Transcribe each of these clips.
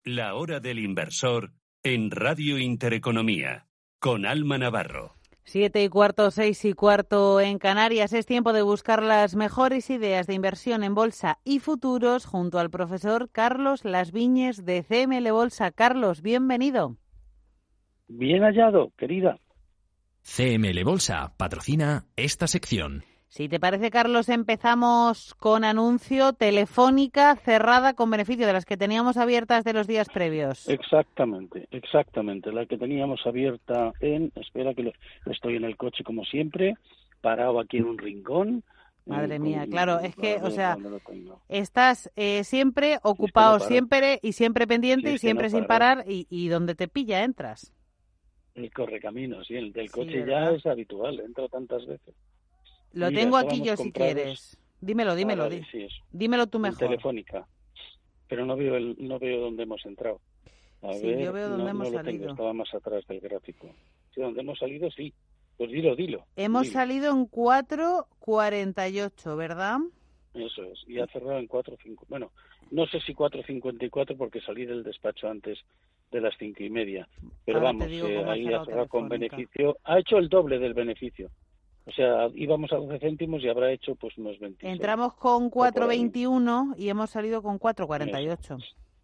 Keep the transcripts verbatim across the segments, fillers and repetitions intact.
La hora del inversor en Radio Intereconomía, con Alma Navarro. Siete y cuarto, seis y cuarto en Canarias. Es tiempo de buscar las mejores ideas de inversión en bolsa y futuros junto al profesor Carlos Las Viñes de C M L Bolsa. Carlos, bienvenido. Bien hallado, querida. C M L Bolsa patrocina esta sección. Si te parece, Carlos, empezamos con anuncio. Telefónica cerrada con beneficio de las que teníamos abiertas de los días previos. Exactamente, exactamente. La que teníamos abierta en... Espera que lo, estoy en el coche como siempre, parado aquí en un rincón. Madre eh, mía, con, claro, es que, ver, o sea, lo estás eh, siempre ocupado, si es que no siempre y siempre pendiente si y es siempre no sin parar y, y donde te pilla entras. El correcaminos, sí, el del Sí, coche ¿verdad? ya es habitual, entro tantas veces. Lo Mira, tengo aquí yo comprados... si quieres. Dímelo, dímelo, ah, vale, di. sí, eso. Dímelo tú En mejor. Telefónica, pero no veo el, no veo dónde hemos entrado. A Sí, ver, yo veo dónde no, hemos no lo salido. tengo, estaba más atrás del gráfico. Sí, donde hemos salido, sí. Pues dilo, dilo. Hemos dilo. salido en cuatro cuarenta y ocho, ¿verdad? Eso es, y ha cerrado en cuatro cinco. Bueno, no sé si cuatro cincuenta y cuatro porque salí del despacho antes de las cinco y media. Pero Ahora vamos, te digo eh, cómo ha ahí ha cerrado cerrado con Telefónica. beneficio. Ha hecho el doble del beneficio. O sea, íbamos a doce céntimos y habrá hecho pues unos veintiséis. Entramos con O por cuatro ahí. veintiuno y hemos salido con cuatro cuarenta y Eso. ocho.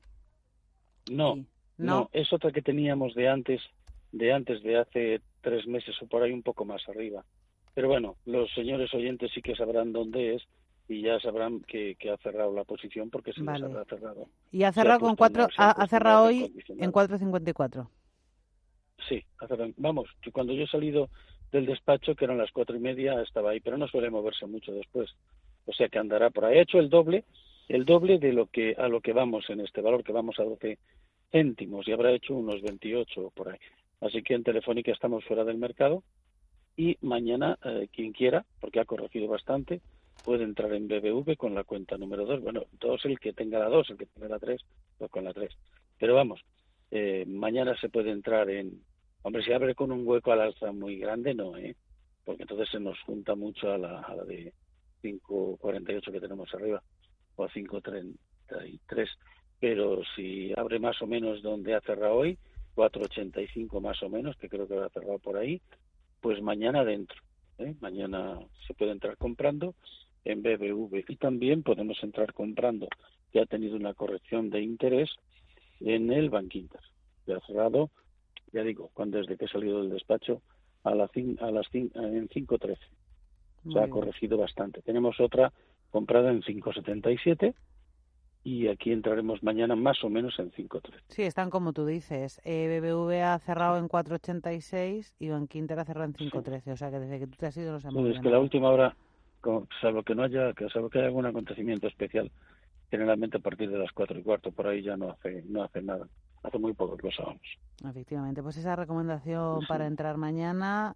No, Sí. no, ¿No? es otra que teníamos de antes, de antes de hace tres meses o por ahí un poco más arriba. Pero bueno, los señores oyentes sí que sabrán dónde es y ya sabrán que, que ha cerrado la posición porque se les Vale. habrá cerrado. Y ha Se ha cerrado con puesto en- cuatro, se ha, han ha puesto en cerrado orden hoy condicionado. en cuatro cincuenta y cuatro. Sí, ha cerrado. Vamos, que cuando yo he salido del despacho, que eran las cuatro y media, estaba ahí, pero no suele moverse mucho después. O sea que andará por ahí. Ha hecho el doble, el doble de lo que a lo que vamos en este valor, que vamos a doce céntimos y habrá hecho unos veintiocho o por ahí. Así que en Telefónica estamos fuera del mercado y mañana eh, quien quiera, porque ha corregido bastante, puede entrar en B B V con la cuenta número dos. Bueno, dos el que tenga la dos, el que tenga la tres, pues con la tres. Pero vamos, eh, mañana se puede entrar en... Hombre, si abre con un hueco al alza muy grande, no, ¿eh? Porque entonces se nos junta mucho a la, a la de cinco cuarenta y ocho que tenemos arriba, o a cinco treinta y tres. Pero si abre más o menos donde ha cerrado hoy, cuatro ochenta y cinco más o menos, que creo que ha cerrado por ahí, pues mañana dentro, ¿eh? Mañana se puede entrar comprando en B B V y también podemos entrar comprando, que ha tenido una corrección de interés en el Bank Inter, que ha cerrado, ya digo, cuando desde que he salido del despacho, a, la, a las en cinco trece. Se ha corregido bastante. Tenemos otra comprada en cinco setenta y siete y aquí entraremos mañana más o menos en cinco trece. Sí, están como tú dices. Eh, B B V ha cerrado en cuatro ochenta y seis y Bank Inter ha cerrado en cinco trece. O sea que desde que tú te has ido no se ha movido. Sí, es que la última hora, salvo que no haya, que salvo que haya algún acontecimiento especial, generalmente a partir de las cuatro y cuarto por ahí ya no hace no hace nada. Hace muy poco que lo sabemos. Efectivamente, pues esa recomendación Sí. para entrar mañana.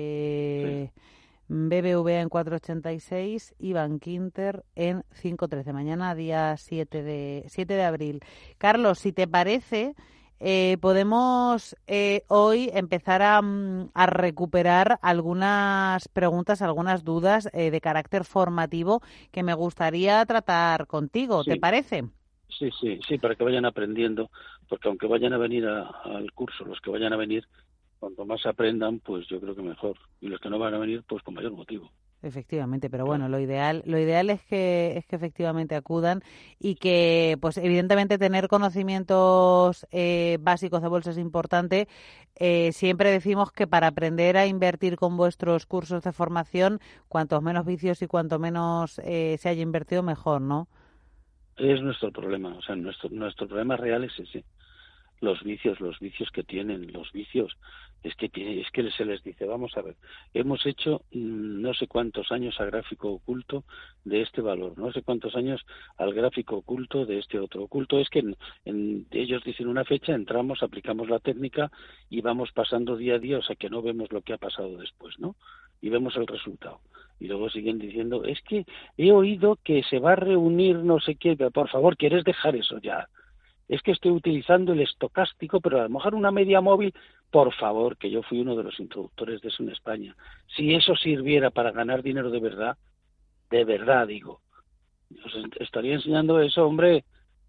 Eh, sí. B B V A en cuatro ochenta y seis y Bank Inter en cinco trece. Mañana, día siete de, siete de abril. Carlos, si te parece, eh, podemos eh, hoy empezar a, a recuperar algunas preguntas, algunas dudas eh, de carácter formativo que me gustaría tratar contigo. Sí. ¿Te parece? Sí, sí, sí, para que vayan aprendiendo, porque aunque vayan a venir a, al curso, los que vayan a venir, cuanto más aprendan, pues yo creo que mejor. Y los que no van a venir, pues con mayor motivo. Efectivamente, pero Claro. bueno, lo ideal, lo ideal es que es que efectivamente acudan y que, pues evidentemente tener conocimientos eh, básicos de bolsa es importante. Eh, siempre decimos que para aprender a invertir con vuestros cursos de formación, cuantos menos vicios y cuanto menos eh, se haya invertido, mejor, ¿no? Es nuestro problema, o sea, nuestro nuestro problema real es ese. Los vicios, los vicios que tienen, los vicios, es que tiene, es que se les dice, vamos a ver, hemos hecho mmm, no sé cuántos años a gráfico oculto de este valor, no sé cuántos años al gráfico oculto de este otro. Oculto es que en, en, ellos dicen una fecha, entramos, aplicamos la técnica y vamos pasando día a día, o sea que no vemos lo que ha pasado después, ¿no? Y vemos el resultado. Y luego siguen diciendo, es que he oído que se va a reunir no sé qué, pero por favor, ¿quieres dejar eso ya? Es que estoy utilizando el estocástico, pero a lo mejor una media móvil, por favor, que yo fui uno de los introductores de eso en España. Si eso sirviera para ganar dinero de verdad, de verdad digo, os estaría enseñando eso, hombre,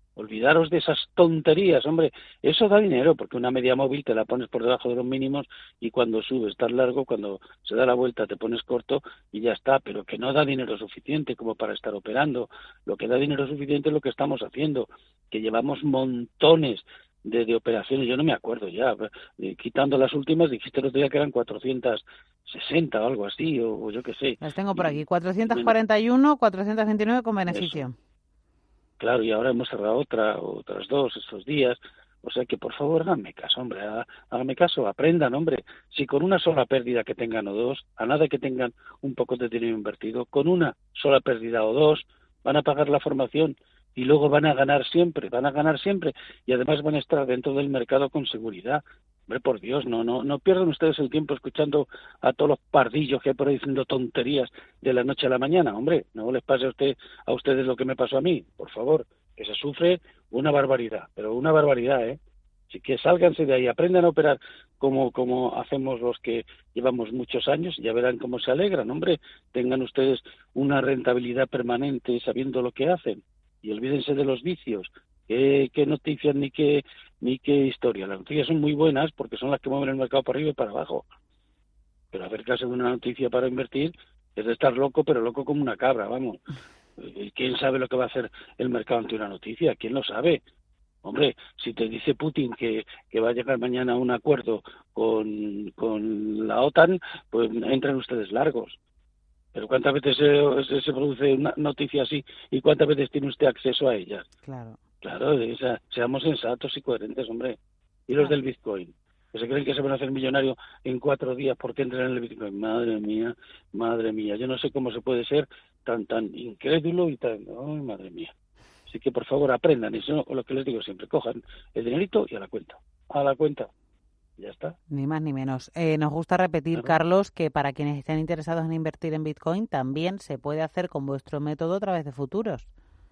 Olvidaros de esas tonterías, hombre. Eso da dinero, porque una media móvil te la pones por debajo de los mínimos y cuando subes estás largo, cuando se da la vuelta te pones corto y ya está, pero que no da dinero suficiente como para estar operando. Lo que da dinero suficiente es lo que estamos haciendo, que llevamos montones de, de operaciones. Yo no me acuerdo ya, eh, quitando las últimas, dijiste el otro día que eran cuatrocientas sesenta o algo así, o, o yo qué sé. Las tengo por aquí, cuatrocientos cuarenta y uno, cuatrocientos veintinueve con beneficio. Eso. Claro, y ahora hemos cerrado otra, otras dos estos días. O sea que, por favor, háganme caso, hombre, háganme caso, aprendan, hombre. Si con una sola pérdida que tengan o dos, a nada que tengan un poco de dinero invertido, con una sola pérdida o dos, van a pagar la formación y luego van a ganar siempre, van a ganar siempre y además van a estar dentro del mercado con seguridad. Hombre, por Dios, no, no, no pierdan ustedes el tiempo escuchando a todos los pardillos que hay por ahí diciendo tonterías de la noche a la mañana. Hombre, no les pase a usted a ustedes lo que me pasó a mí, por favor, que se sufre una barbaridad, pero una barbaridad, ¿eh? Así que sálganse de ahí, aprendan a operar como, como hacemos los que llevamos muchos años, y ya verán cómo se alegran, hombre, tengan ustedes una rentabilidad permanente sabiendo lo que hacen, y olvídense de los vicios. ¿Qué, qué noticias ni qué ni qué historia? Las noticias son muy buenas porque son las que mueven el mercado para arriba y para abajo. Pero hacer caso de una noticia para invertir es de estar loco, pero loco como una cabra, vamos. ¿Quién sabe lo que va a hacer el mercado ante una noticia? ¿Quién lo sabe? Hombre, si te dice Putin que, que va a llegar mañana a un acuerdo con, con la OTAN, pues entran ustedes largos. Pero ¿cuántas veces se, se, se produce una noticia así y cuántas veces tiene usted acceso a ellas? Claro. Claro, o sea, seamos sensatos y coherentes, hombre. Y los Ah. del Bitcoin, que se creen que se van a hacer millonarios en cuatro días porque entran en el Bitcoin. Madre mía, madre mía. Yo no sé cómo se puede ser tan tan incrédulo y tan... ¡Ay, madre mía! Así que, por favor, aprendan. Y eso es lo que les digo siempre. Cojan el dinerito y a la cuenta. A la cuenta. Ya está. Ni más ni menos. Eh, nos gusta repetir, Claro. Carlos, que para quienes estén interesados en invertir en Bitcoin, también se puede hacer con vuestro método a través de futuros.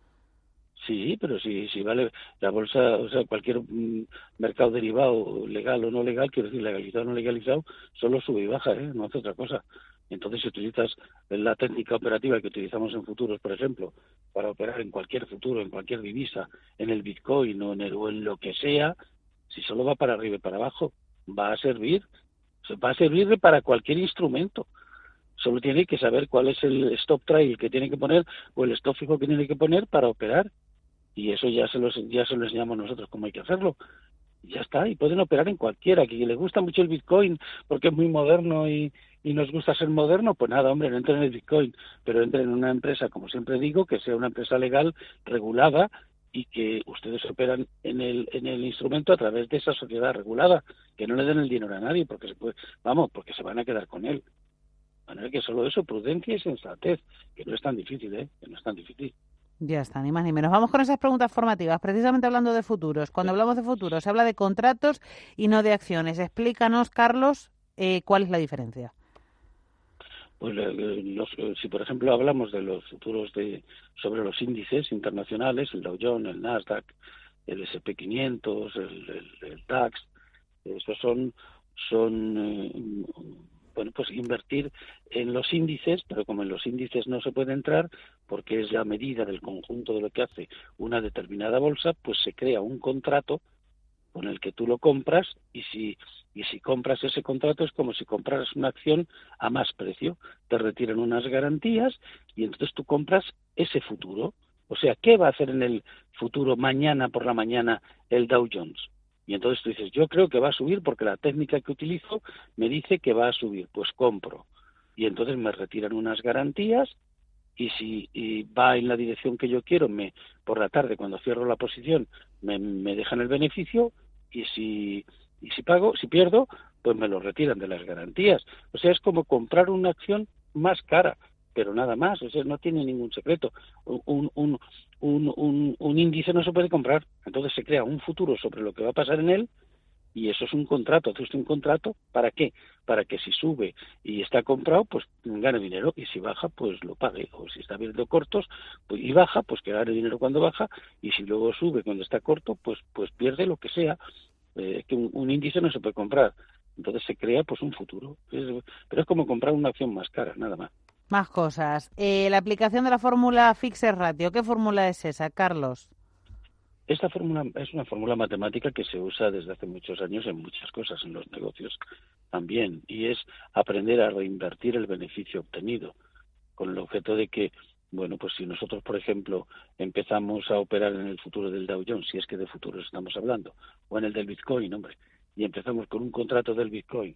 Sí, pero si, si vale la bolsa, o sea, cualquier mm, mercado derivado, legal o no legal, quiero decir, legalizado o no legalizado, solo sube y baja, ¿eh? No hace otra cosa. Entonces, si utilizas la técnica operativa que utilizamos en futuros, por ejemplo, para operar en cualquier futuro, en cualquier divisa, en el Bitcoin o en, el, o en lo que sea, si solo va para arriba y para abajo, va a servir, va a servir para cualquier instrumento. Solo tiene que saber cuál es el stop trail que tiene que poner o el stop fijo que tiene que poner para operar. Y eso ya se, los, ya se lo enseñamos nosotros cómo hay que hacerlo. Y ya está, y pueden operar en cualquiera. Que les gusta mucho el Bitcoin porque es muy moderno y, y nos gusta ser moderno, pues nada, hombre, no entren en el Bitcoin, pero entren en una empresa, como siempre digo, que sea una empresa legal, regulada, y que ustedes operan en el, en el instrumento a través de esa sociedad regulada, que no le den el dinero a nadie, porque se puede, vamos, porque se van a quedar con él. De manera que solo eso, prudencia y sensatez, que no es tan difícil, ¿eh? Que no es tan difícil. Ya está, ni más ni menos. Vamos con esas preguntas formativas, precisamente hablando de futuros. Cuando hablamos de futuros se habla de contratos y no de acciones. Explícanos, Carlos, eh, cuál es la diferencia. Pues los, si por ejemplo hablamos de los futuros de sobre los índices internacionales, el Dow Jones, el Nasdaq, el ese and pe quinientos, el, el, el DAX, esos son son eh, bueno, pues invertir en los índices, pero como en los índices no se puede entrar porque es la medida del conjunto de lo que hace una determinada bolsa, pues se crea un contrato con el que tú lo compras y si y si compras ese contrato es como si compraras una acción a más precio, te retiran unas garantías y entonces tú compras ese futuro. O sea, ¿qué va a hacer en el futuro mañana por la mañana el Dow Jones? Y entonces tú dices, yo creo que va a subir porque la técnica que utilizo me dice que va a subir, pues compro. Y entonces me retiran unas garantías y si y va en la dirección que yo quiero, me por la tarde cuando cierro la posición me, me dejan el beneficio y si y si pago, si pierdo, pues me lo retiran de las garantías. O sea, es como comprar una acción más cara, pero nada más, o sea, no tiene ningún secreto. Un, un, un, un, un índice no se puede comprar, entonces se crea un futuro sobre lo que va a pasar en él y eso es un contrato. Hace usted un contrato, ¿para qué? Para que si sube y está comprado, pues gane dinero, y si baja, pues lo pague. O si está viendo cortos pues, y baja, pues que gane dinero cuando baja, y si luego sube cuando está corto, pues pues pierde lo que sea. Eh, que un, un índice no se puede comprar. Entonces se crea pues un futuro. Es, pero es como comprar una acción más cara, nada más. Más cosas. Eh, la aplicación de la fórmula Fixed Ratio. ¿Qué fórmula es esa, Carlos? Esta fórmula es una fórmula matemática que se usa desde hace muchos años en muchas cosas, en los negocios también, y es aprender a reinvertir el beneficio obtenido, con el objeto de que, bueno, pues si nosotros, por ejemplo, empezamos a operar en el futuro del Dow Jones, si es que de futuros estamos hablando, o en el del Bitcoin, hombre, y empezamos con un contrato del Bitcoin,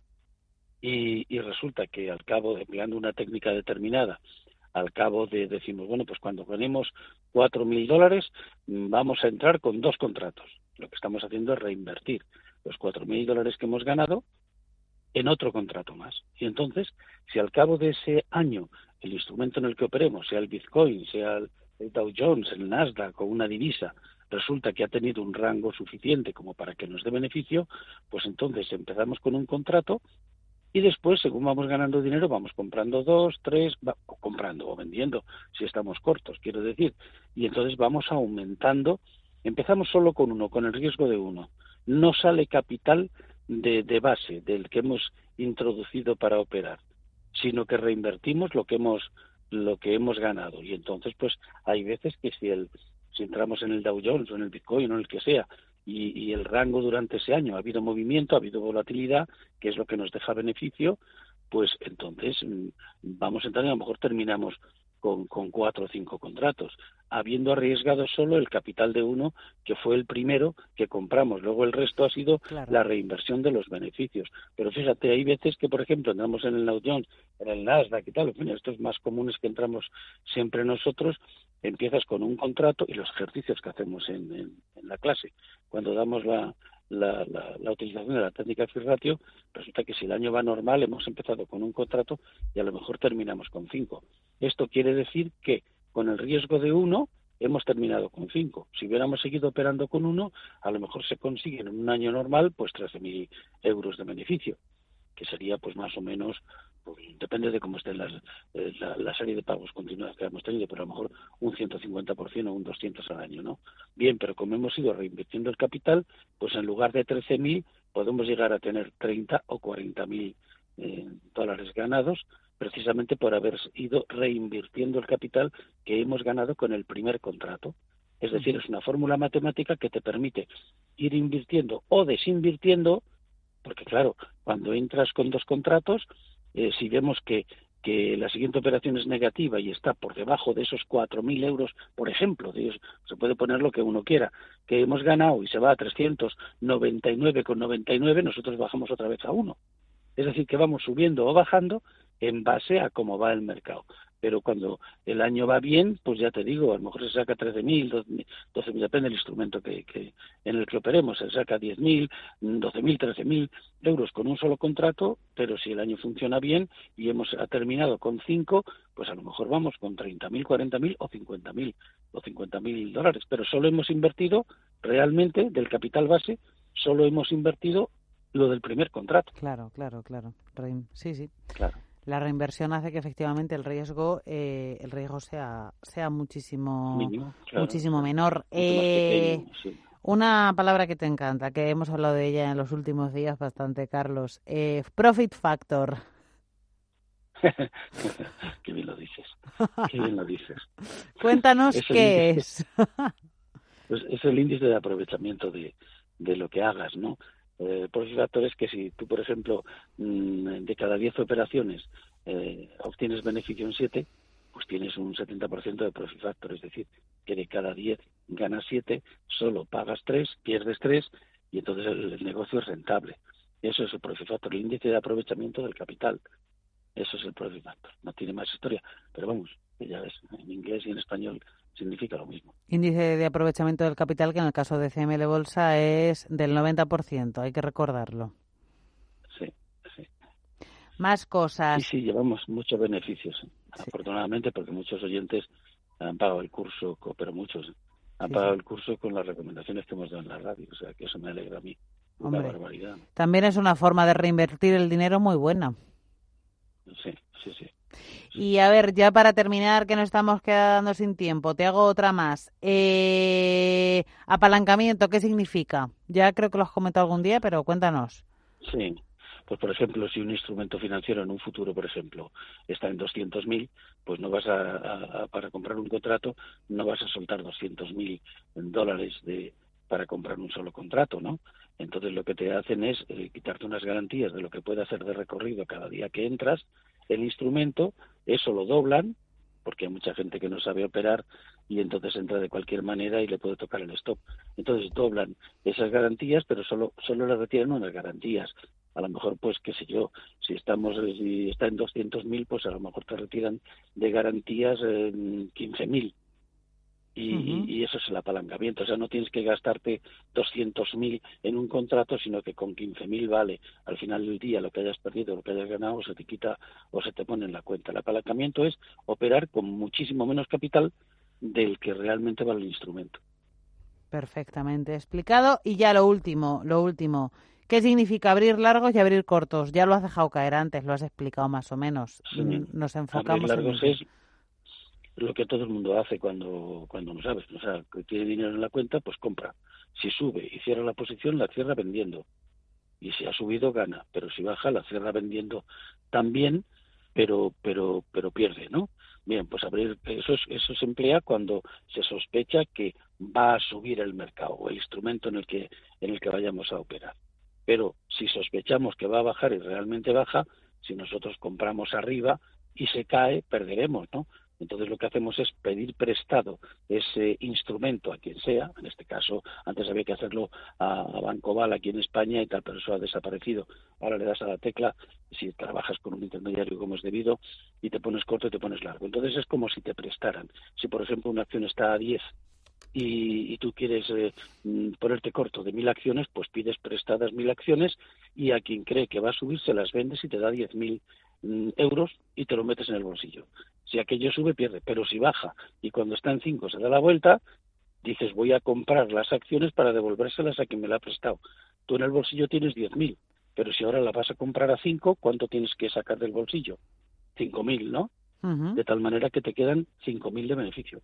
y, y resulta que al cabo, empleando una técnica determinada, al cabo de, decimos, bueno, pues cuando ganemos cuatro mil dólares, vamos a entrar con dos contratos. Lo que estamos haciendo es reinvertir los cuatro mil dólares que hemos ganado en otro contrato más. Y entonces, si al cabo de ese año el instrumento en el que operemos, sea el Bitcoin, sea el, el Dow Jones, el Nasdaq o una divisa, resulta que ha tenido un rango suficiente como para que nos dé beneficio, pues entonces empezamos con un contrato. Y después, según vamos ganando dinero, vamos comprando dos, tres, va, o comprando o vendiendo, si estamos cortos, quiero decir. Y entonces vamos aumentando. Empezamos solo con uno, con el riesgo de uno. No sale capital de, de base, del que hemos introducido para operar, sino que reinvertimos lo que hemos lo que hemos ganado. Y entonces, pues, hay veces que si el si entramos en el Dow Jones o en el Bitcoin o en el que sea, Y, y el rango durante ese año ha habido movimiento, ha habido volatilidad, que es lo que nos deja beneficio, pues entonces vamos a entrar y a lo mejor terminamos con, con cuatro o cinco contratos, habiendo arriesgado solo el capital de uno, que fue el primero que compramos. Luego el resto ha sido claro. la reinversión de los beneficios. Pero fíjate, hay veces que, por ejemplo, entramos en el Dow Jones, en el Nasdaq y tal, en fin, estos más comunes que entramos siempre nosotros, empiezas con un contrato y los ejercicios que hacemos en, en, en la clase, cuando damos la, la, la, la utilización de la técnica Free Ratio, resulta que si el año va normal, hemos empezado con un contrato y a lo mejor terminamos con cinco. Esto quiere decir que con el riesgo de uno hemos terminado con cinco. Si hubiéramos seguido operando con uno, a lo mejor se consiguen en un año normal pues trece mil euros de beneficio, que sería pues más o menos, pues, depende de cómo esté la, la, la serie de pagos continuados que hemos tenido, pero a lo mejor un ciento cincuenta por ciento o un doscientos por ciento al año, ¿no? Bien, pero como hemos ido reinvirtiendo el capital, pues en lugar de trece mil podemos llegar a tener treinta o cuarenta mil eh, dólares ganados, precisamente por haber ido reinvirtiendo el capital que hemos ganado con el primer contrato. Es decir, es una fórmula matemática que te permite ir invirtiendo o desinvirtiendo, porque claro, cuando entras con dos contratos, eh, si vemos que, que la siguiente operación es negativa y está por debajo de esos cuatro mil euros, por ejemplo, Dios, se puede poner lo que uno quiera, que hemos ganado y se va a trescientos noventa y nueve con noventa y nueve, nosotros bajamos otra vez a uno. Es decir, que vamos subiendo o bajando en base a cómo va el mercado. Pero cuando el año va bien, pues ya te digo, a lo mejor se saca trece mil, doce mil, depende del instrumento que, que en el que operemos, se saca diez mil, doce mil, trece mil euros con un solo contrato, pero si el año funciona bien y hemos ha terminado con cinco, pues a lo mejor vamos con treinta mil, cuarenta mil o cincuenta mil o cincuenta mil dólares, pero solo hemos invertido realmente del capital base, solo hemos invertido lo del primer contrato. Claro, claro, claro. Sí, sí. Claro. La reinversión hace que efectivamente el riesgo eh, el riesgo sea sea muchísimo Mínimo, claro, muchísimo claro. menor. Eh, pequeño, sí. Una palabra que te encanta, que hemos hablado de ella en los últimos días bastante, Carlos. Eh, profit factor. Qué bien lo dices. Qué bien lo dices. Cuéntanos es qué índice, es. Pues es el índice de aprovechamiento de, de lo que hagas, ¿no? El profit factor es que si tú, por ejemplo, de cada diez operaciones eh, obtienes beneficio en siete, pues tienes un setenta por ciento de profit factor, es decir, que de cada diez ganas siete, solo pagas tres, pierdes tres, y entonces el, el negocio es rentable. Eso es el profit factor, el índice de aprovechamiento del capital. Eso es el profit factor. No tiene más historia, pero vamos, ya ves, en inglés y en español significa lo mismo. Índice de aprovechamiento del capital que en el caso de C M L Bolsa es del noventa por ciento, hay que recordarlo. Sí, sí. Más cosas. Sí, sí, llevamos muchos beneficios, sí. Afortunadamente, porque muchos oyentes han pagado el curso, pero muchos han sí, pagado sí. el curso con las recomendaciones que hemos dado en la radio, o sea que eso me alegra a mí. Una Hombre, barbaridad. También es una forma de reinvertir el dinero muy buena. Sí, sí, sí. Y a ver, ya para terminar, que nos estamos quedando sin tiempo, te hago otra más. Eh, apalancamiento, ¿qué significa? Ya creo que lo has comentado algún día, pero cuéntanos. Sí, pues por ejemplo, si un instrumento financiero en un futuro, por ejemplo, está en doscientos mil, pues no vas a, a, a, para comprar un contrato, no vas a soltar doscientos mil dólares de, para comprar un solo contrato, ¿no? Entonces lo que te hacen es eh, quitarte unas garantías de lo que puede hacer de recorrido cada día que entras el instrumento, eso lo doblan, porque hay mucha gente que no sabe operar y entonces entra de cualquier manera y le puede tocar el stop. Entonces doblan esas garantías, pero solo solo le retiran unas garantías. A lo mejor, pues, qué sé yo, si estamos si está en doscientos mil, pues a lo mejor te retiran de garantías en quince mil. Y, uh-huh. y eso es el apalancamiento. O sea, no tienes que gastarte doscientos mil en un contrato, sino que con quince mil vale. Al final del día, lo que hayas perdido, lo que hayas ganado, se te quita o se te pone en la cuenta. El apalancamiento es operar con muchísimo menos capital del que realmente vale el instrumento. Perfectamente explicado. Y ya lo último, lo último. ¿Qué significa abrir largos y abrir cortos? Ya lo has dejado caer antes, lo has explicado más o menos. Sí. Nos enfocamos abrir largos en es lo que todo el mundo hace cuando cuando no sabes, o sea, que tiene dinero en la cuenta, pues compra. Si sube y cierra la posición, la cierra vendiendo. Y si ha subido, gana. Pero si baja, la cierra vendiendo también, pero pero pero pierde, ¿no? Bien, pues abrir eso es, eso se emplea cuando se sospecha que va a subir el mercado o el instrumento en el que en el que vayamos a operar. Pero si sospechamos que va a bajar y realmente baja, si nosotros compramos arriba y se cae, perderemos, ¿no? Entonces lo que hacemos es pedir prestado ese instrumento a quien sea. En este caso, antes había que hacerlo a, a Bancoval aquí en España y tal, pero eso ha desaparecido. Ahora le das a la tecla, si trabajas con un intermediario como es debido, y te pones corto y te pones largo. Entonces es como si te prestaran. Si, por ejemplo, una acción está a diez y, y tú quieres eh, ponerte corto de mil acciones, pues pides prestadas mil acciones y a quien cree que va a subir se las vendes y te da diez mil euros y te lo metes en el bolsillo. Si aquello sube, pierde, pero si baja y cuando está en cinco se da la vuelta, dices voy a comprar las acciones para devolvérselas a quien me la ha prestado. Tú en el bolsillo tienes diez mil, pero si ahora la vas a comprar a cinco, ¿cuánto tienes que sacar del bolsillo? cinco mil, ¿no? Uh-huh. De tal manera que te quedan cinco mil de beneficio.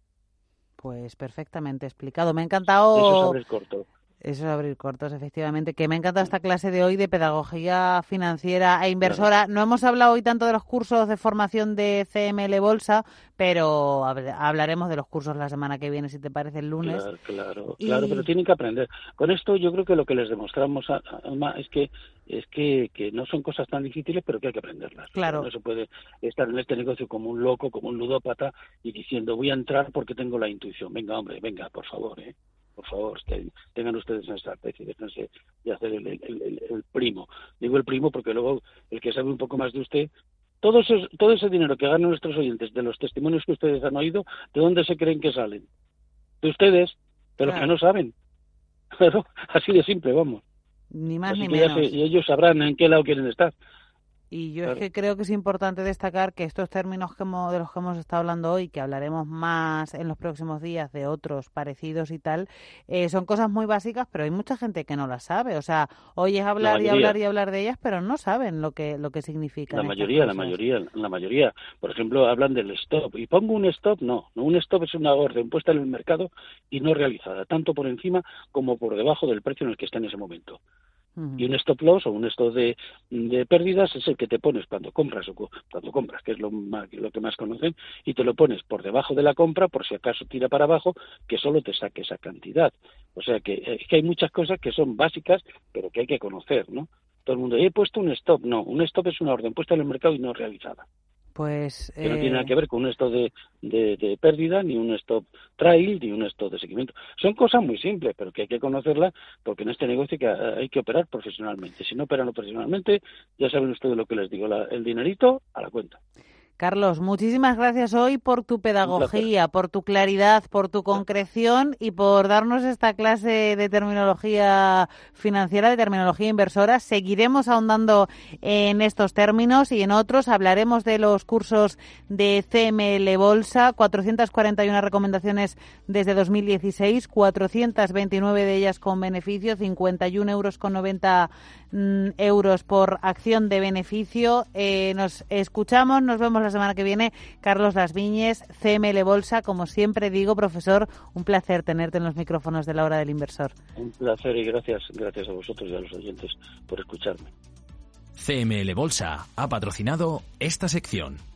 Pues perfectamente explicado. Me ha encantado... Eso es abrir corto. Eso es abrir cortos, efectivamente. Que me ha encantado esta clase de hoy de pedagogía financiera e inversora. No hemos hablado hoy tanto de los cursos de formación de C M L Bolsa, pero hablaremos de los cursos la semana que viene, si te parece, el lunes. Claro, claro, y... claro, pero tienen que aprender. Con esto yo creo que lo que les demostramos a, a, es que es que, que no son cosas tan difíciles, pero que hay que aprenderlas. Claro. No se puede estar en este negocio como un loco, como un ludópata y diciendo voy a entrar porque tengo la intuición. Venga, hombre, venga, por favor, ¿eh? Por favor, tengan ustedes esa especie, déjense de hacer el, el, el, el primo. Digo el primo porque luego el que sabe un poco más de usted, todo ese, todo ese dinero que ganan nuestros oyentes de los testimonios que ustedes han oído, ¿de dónde se creen que salen? De ustedes, de los claro. que no saben. Pero así de simple, vamos. Ni más así ni que menos. Ya se, y ellos sabrán en qué lado quieren estar. Y yo claro. es que creo que es importante destacar que estos términos que hemos, de los que hemos estado hablando hoy, que hablaremos más en los próximos días de otros parecidos y tal, eh, son cosas muy básicas, pero hay mucha gente que no las sabe. O sea, oyes hablar y hablar y hablar de ellas, pero no saben lo que lo que significan. La mayoría, la mayoría, la mayoría. Por ejemplo, hablan del stop. ¿Y pongo un stop? No. no un stop es una orden puesta en el mercado y no realizada, tanto por encima como por debajo del precio en el que está en ese momento. Uh-huh. Y un stop loss o un stop de, de pérdidas es el que te pones cuando compras o cuando compras, que es lo, más, lo que más conocen, y te lo pones por debajo de la compra por si acaso tira para abajo, que solo te saque esa cantidad. O sea que, es que hay muchas cosas que son básicas, pero que hay que conocer, ¿no? Todo el mundo, he puesto un stop. No, un stop es una orden puesta en el mercado y no realizada. Pues que no eh... tiene nada que ver con un stop de, de, de pérdida, ni un stop trail, ni un stop de seguimiento. Son cosas muy simples, pero que hay que conocerlas porque en este negocio que hay que operar profesionalmente. Si no operan profesionalmente, ya saben ustedes lo que les digo, la, el dinerito a la cuenta. Carlos, muchísimas gracias hoy por tu pedagogía, por tu claridad, por tu concreción y por darnos esta clase de terminología financiera, de terminología inversora. Seguiremos ahondando en estos términos y en otros. Hablaremos de los cursos de C M L Bolsa, cuatrocientas cuarenta y una recomendaciones desde dos mil dieciséis, cuatrocientas veintinueve de ellas con beneficio, cincuenta y un euros con noventa mm, euros por acción de beneficio. Eh, nos escuchamos, nos vemos la semana que viene. Carlos Las Viñes, C M L Bolsa, como siempre digo, profesor, un placer tenerte en los micrófonos de La Hora del Inversor. Un placer y gracias, gracias a vosotros y a los oyentes por escucharme. C M L Bolsa ha patrocinado esta sección.